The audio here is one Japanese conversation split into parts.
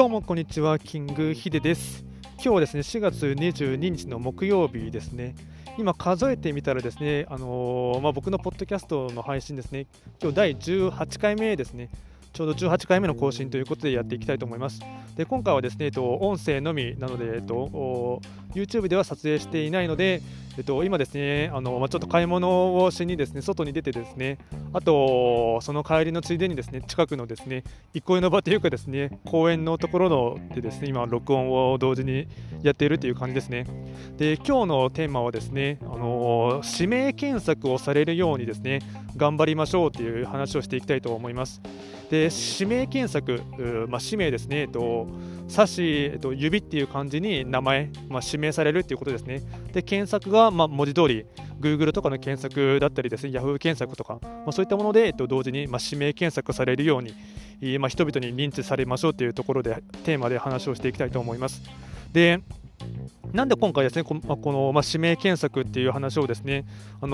どうもこんにちは、キングヒデです。今日はですね、4月22日の木曜日ですね。今数えてみたらですね、僕のポッドキャストの配信ですね、今日第18回目ですね。ちょうど18回目の更新ということでやっていきたいと思います。で、今回はですね、音声のみなので、YouTube では撮影していないので、今ですね、ちょっと買い物をしにですね、外に出てですね、あと、その帰りのついでにですね、近くのですね、憩いの場というかですね、公園のところでですね、今、録音を同時にやっているという感じですね。で、今日のテーマはですね、指名検索をされるようにですね、頑張りましょうという話をしていきたいと思います。で、指名検索、氏名ですね、指し、指っていう漢字に名前、指名されるということですね。で、検索が、文字通り Google とかの検索だったりですね、Yahoo 検索とか、そういったもので、同時に、指名検索されるように、人々に認知されましょうというところでテーマで話をしていきたいと思います。で、なんで今回ですね、この、指名検索っていう話をですね、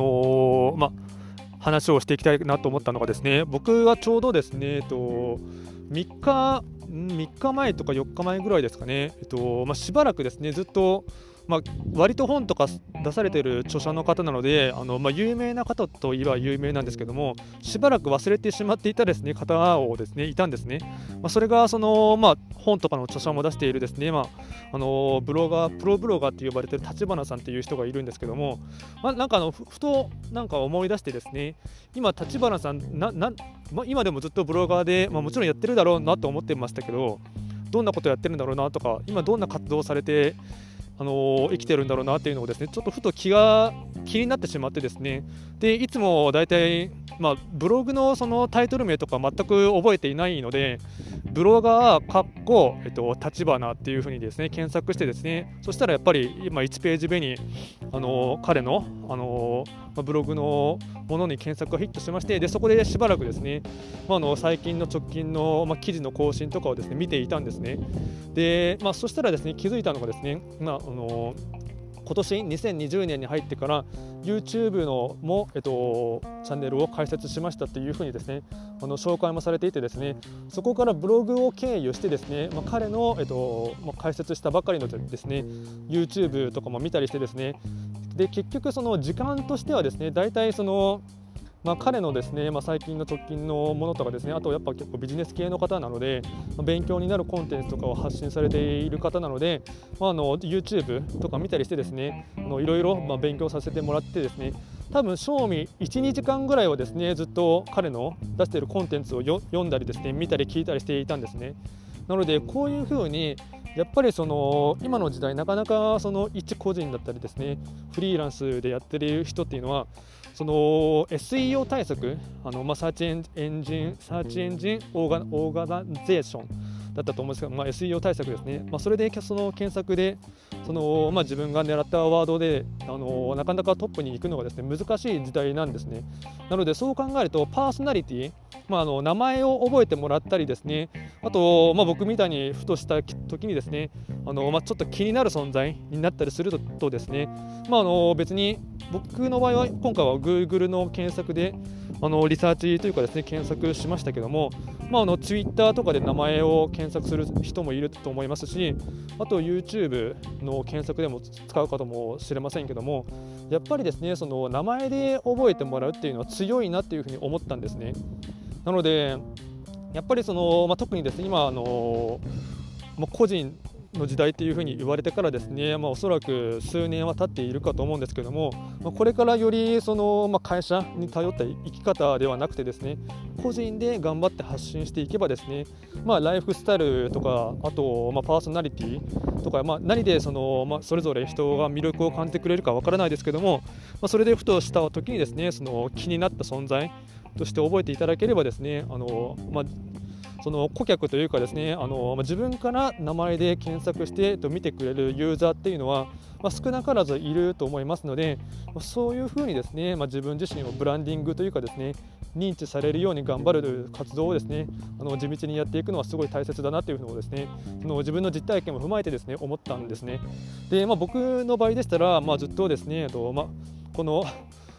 話をしていきたいなと思ったのがですね、僕はちょうどですね、3日前とか4日前ぐらいですかね、しばらくですね、ずっと、割と本とか出されている著者の方なので、有名な方といえば有名なんですけども、しばらく忘れてしまっていたですね、方をですね、いたんですね。それが本とかの著者も出しているですね、プロブロガーって呼ばれている立花さんっていう人がいるんですけども、ふと思い出してですね、今立花さん今でもずっとブロガーで、もちろんやってるだろうなと思ってましたけど、どんなことやってるんだろうなとか、今どんな活動をされて生きてるんだろうなっていうのをですね、ちょっとふと気になってしまってですね、でいつもだいたいブログのそのタイトル名とか全く覚えていないので、ブロガー立花っていう風にですね検索してですね、そしたらやっぱり今1ページ目に彼のブログのものに検索がヒットしまして、でそこでしばらくですね、最近の直近の記事の更新とかをですね見ていたんですね。で、そしたらですね気づいたのがですね、今年2020年に入ってから YouTube のも、チャンネルを開設しましたというふうにですね紹介もされていてですね、そこからブログを経由してですね、彼の、開設したばかりのですね YouTube とかも見たりしてですね、で結局その時間としてはですね、大体その彼のですね、最近の直近のものとかですね、あとやっぱ結構ビジネス系の方なので、勉強になるコンテンツとかを発信されている方なので、YouTube とか見たりしてですね、いろいろ勉強させてもらってですね、多分賞味 1,2 時間ぐらいはですねずっと彼の出しているコンテンツを読んだりですね、見たり聞いたりしていたんですね。なのでこういうふうにやっぱりその今の時代なかなかその一個人だったりですね、フリーランスでやってる人っていうのはその SEO 対策、サーチエンジンオーガナゼーションだったと思うんですけど、SEO 対策ですね。それでその検索で自分が狙ったワードでなかなかトップに行くのがですね難しい時代なんですね。なのでそう考えるとパーソナリティ、名前を覚えてもらったりですね、あと、僕みたいにふとした時にですねちょっと気になる存在になったりするとですね、別に僕の場合は今回は Google の検索でリサーチというかですね検索しましたけども、Twitter とかで名前を検索する人もいると思いますし、あと YouTube の検索でも使うかもしれませんけども、やっぱりですねその名前で覚えてもらうっていうのは強いなっていうふうに思ったんですね。なのでやっぱりその、特にですね今個人の時代というふうに言われてからですね、おそらく数年は経っているかと思うんですけども、これからよりその、会社に頼った生き方ではなくてですね、個人で頑張って発信していけばですね、ライフスタイルとか、あと、パーソナリティとか、何でその、それぞれ人が魅力を感じてくれるかわからないですけども、それでふとした時にですねその気になった存在として覚えていただければですね、その顧客というかですね、自分から名前で検索して見てくれるユーザーっていうのは、少なからずいると思いますので、そういうふうにですね、自分自身をブランディングというかですね、認知されるように頑張る活動をですね、地道にやっていくのはすごい大切だなというのをですね、自分の実体験も踏まえてですね思ったんですね。で、僕の場合でしたら、ずっとですねこの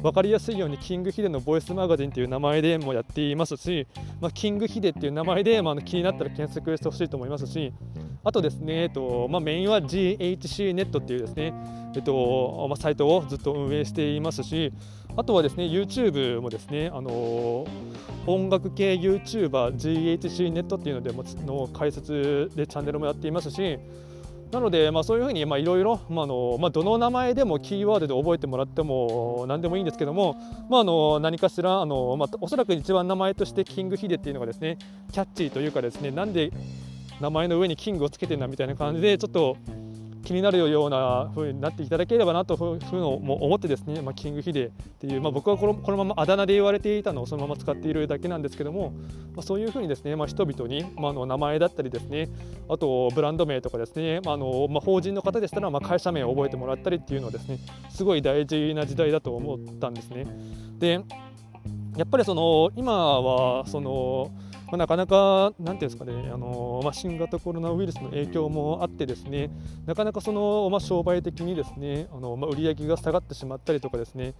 分かりやすいようにキングヒデのボイスマガジンという名前でもやっていますし、キングヒデっていう名前で、気になったら検索してほしいと思いますし、あとですね、メインは GHC ネットっていうですね、サイトをずっと運営していますし、あとはですね YouTube もですね、音楽系 YouTuber GHC ネットっていうのでの解説でチャンネルもやっていますし、なので、そういうふうにいろいろどの名前でもキーワードで覚えてもらっても何でもいいんですけども、何かしらおそらく一番名前としてキングヒデっていうのがですねキャッチーというかですね、なんで名前の上にキングをつけてるんだみたいな感じでちょっと気になるような風になっていただければなというふうに思ってですね、キングヒデっていう、僕はこのままあだ名で言われていたのをそのまま使っているだけなんですけども、そういうふうにですね、人々に、名前だったりですね、あとブランド名とかですね、法人の方でしたら会社名を覚えてもらったりっていうのはですね、すごい大事な時代だと思ったんですね。で、やっぱり今はなかなかなんていうんですかね、新型コロナウイルスの影響もあってですね、なかなか商売的にですね、売り上げが下がってしまったりとかですね、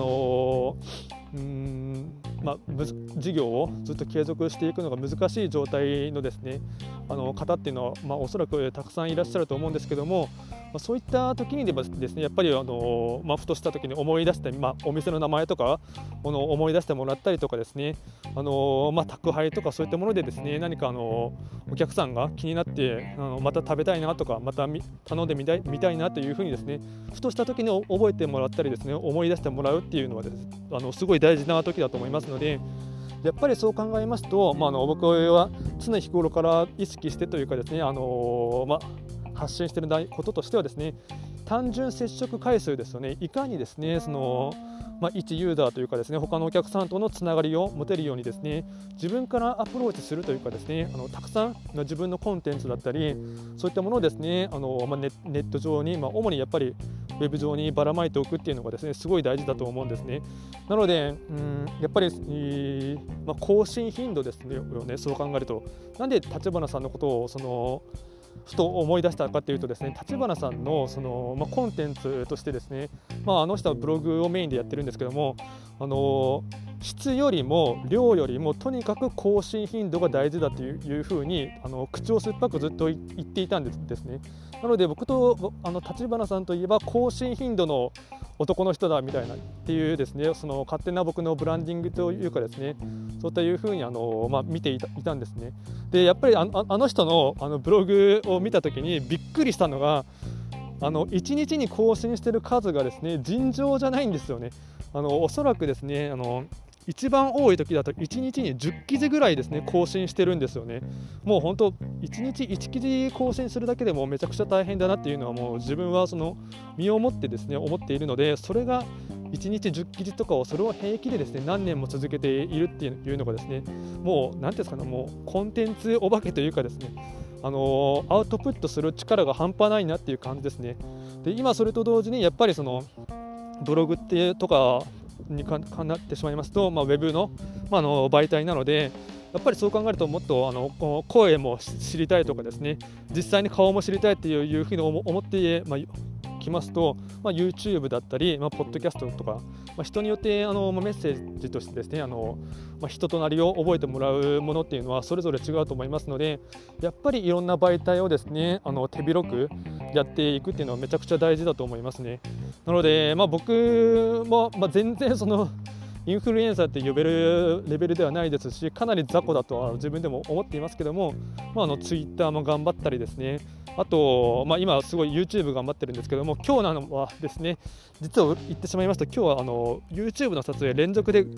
事業をずっと継続していくのが難しい状態のですね、方っていうのは、おそらくたくさんいらっしゃると思うんですけども、そういった時にでもですね、やっぱりふとした時に思い出して、お店の名前とか思い出してもらったりとかですね、宅配とかそういったものでですね、何かお客さんが気になってまた食べたいなとか、また頼んでみたいなというふうにですね、ふとした時に覚えてもらったりですね、思い出してもらうっていうのはすごい大事な時だと思いますので、やっぱりそう考えますと、僕は常日頃から意識してというかですね、発信していることとしてはですね、単純接触回数ですよね。いかにですね一ユーザーというかですね、他のお客さんとのつながりを持てるようにですね、自分からアプローチするというかですね、たくさんの自分のコンテンツだったり、そういったものをですね、ネット上に、主にやっぱりウェブ上にばらまいておくっていうのがですね、すごい大事だと思うんですね。なので、やっぱり、更新頻度ですね、そう考えると、なんで立花さんのことをふと思い出したかというとですね、立花さんのコンテンツとしてですね、あの人はブログをメインでやってるんですけども、質よりも量よりもとにかく更新頻度が大事だというふうに口を酸っぱくずっと言っていたんですね。なので僕と立花さんといえば更新頻度の男の人だみたいなっていうですね、勝手な僕のブランディングというかですね、そういったいうふうに見ていたんですね。でやっぱりあの人のブログを見た時にびっくりしたのが、1日に更新している数がですね、尋常じゃないんですよね。おそらくですね、一番多い時だと1日に10記事ぐらいですね更新してるんですよね。もう本当1日1記事更新するだけでもめちゃくちゃ大変だなっていうのはもう自分は身をもってですね思っているので、それが1日10記事とかをそれを平気でですね何年も続けているっていうのがですね、もう何ていうんですかね、もうコンテンツお化けというかですね、アウトプットする力が半端ないなっていう感じですね。で今それと同時にやっぱりブログってとかにかなってしまいますと、ウェブの、媒体なので、やっぱりそう考えるともっと声も知りたいとかですね、実際に顔も知りたいっていうふうに思って、きますと、YouTube だったり、ポッドキャストとか、人によってメッセージとしてですね人となりを覚えてもらうものっていうのはそれぞれ違うと思いますので、やっぱりいろんな媒体をですね手広くやっていくっていうのはめちゃくちゃ大事だと思いますね。なので、僕も、全然インフルエンサーって呼べるレベルではないですし、かなり雑魚だとは自分でも思っていますけども、Twitter も頑張ったりですね、あと、今すごい YouTube 頑張ってるんですけども、今日なのはですね、実は言ってしまいますと、今日はYouTube の撮影連続で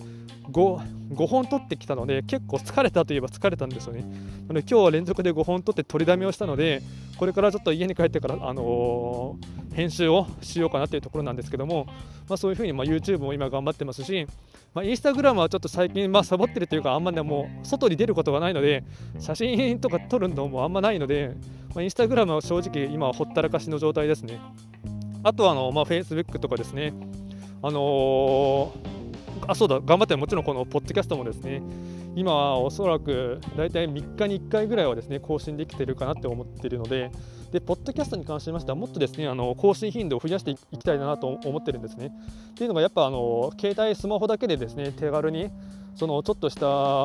5本撮ってきたので、結構疲れたといえば疲れたんですよね。なので今日は連続で5本撮って取りだめをしたので、これからちょっと家に帰ってから、編集をしようかなというところなんですけども、そういうふうにYouTube も今頑張ってますし、インスタグラムはちょっと最近サボってるというか、あんまねもう外に出ることがないので、写真とか撮るのもあんまないので、インスタグラムは正直今はほったらかしの状態ですね。あとはFacebook とかですね、そうだ、頑張ってもちろんこのポッドキャストもですね、 今はおそらくだいたい3日に1回ぐらいはですね更新できているかなって思っているので、ポッドキャストに関しましてはもっとですね更新頻度を増やしていきたいなと思ってるんですね。っていうのがやっぱ携帯スマホだけでですね手軽にちょっとした、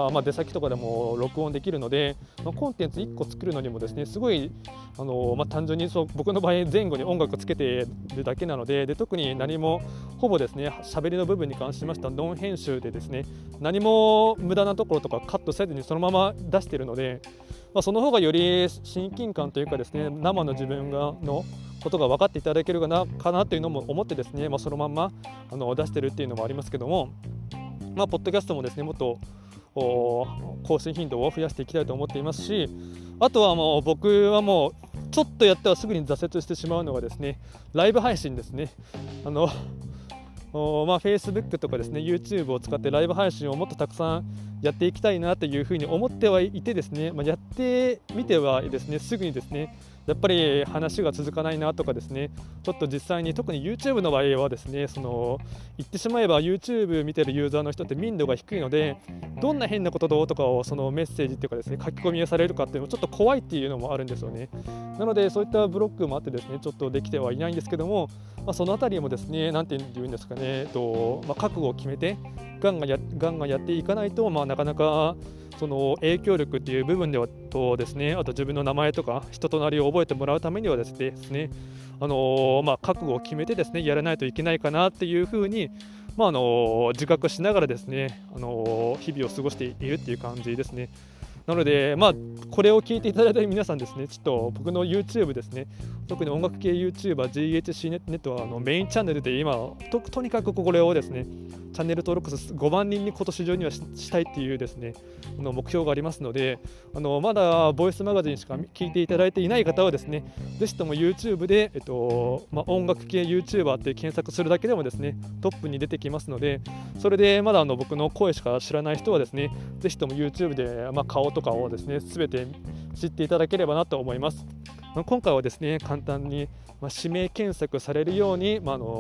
出先とかでも録音できるので、コンテンツ1個作るのにもですねすごい単純に僕の場合前後に音楽つけてるだけなので、特に何もほぼですね喋りの部分に関しましてはノン編集でですね何も無駄なところとかカットせずにそのまま出しているので、その方がより親近感というかですね生の自分のことが分かっていただけるかなというのも思ってですね、そのまんま出してるっていうのもありますけども、ポッドキャストもですねもっと更新頻度を増やしていきたいと思っていますし、あとはもう僕はもうちょっとやってはすぐに挫折してしまうのがですねライブ配信ですね。Facebook とかですね YouTube を使ってライブ配信をもっとたくさんやっていきたいなというふうに思ってはいてですね、やってみてはですねすぐにですねやっぱり話が続かないなとかですね、ちょっと実際に特に YouTube の場合はですね言ってしまえば YouTube 見てるユーザーの人って民度が低いので、どんな変なことどうとかをそのメッセージっていうかですね書き込みをされるかっていうのもちょっと怖いっていうのもあるんですよね。なのでそういったブロックもあってですねちょっとできてはいないんですけども、そのあたりもですねなんて言うんですかね、覚悟を決めてガンガンやっていかないと、なかなかその影響力っていう部分ではとですね、あと自分の名前とか人となりを覚えてもらうためにはですね、覚悟を決めてですねやらないといけないかなっていうふうに、自覚しながらですね、日々を過ごしているっていう感じですね。なので、これを聞いていただいた皆さんですね、ちょっと僕の YouTube ですね、特に音楽系 YouTuber、GHC ネットはメインチャンネルで今とにかくこれをですね、チャンネル登録数5万人に今年中にはしたいっていうですね、目標がありますので、まだボイスマガジンしか聞いていただいていない方はですね、ぜひとも YouTube で、音楽系 YouTuber って検索するだけでもですね、トップに出てきますので、それでまだ僕の声しか知らない人はですね、ぜひとも YouTube で、顔とかをですね、全て知っていただければなと思います。今回はですね、簡単に、指名検索されるように、日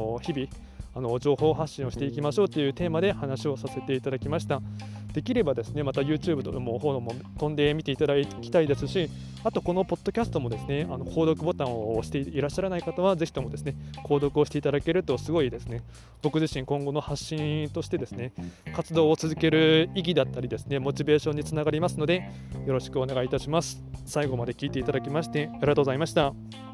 々情報発信をしていきましょうというテーマで話をさせていただきました。できればですねまた YouTube の方も飛んでみていただきたいですし、あとこのポッドキャストもですね購読ボタンを押していらっしゃらない方はぜひともですね購読をしていただけるとすごいですね僕自身今後の発信としてですね活動を続ける意義だったりですねモチベーションにつながりますのでよろしくお願いいたします。最後まで聞いていただきましてありがとうございました。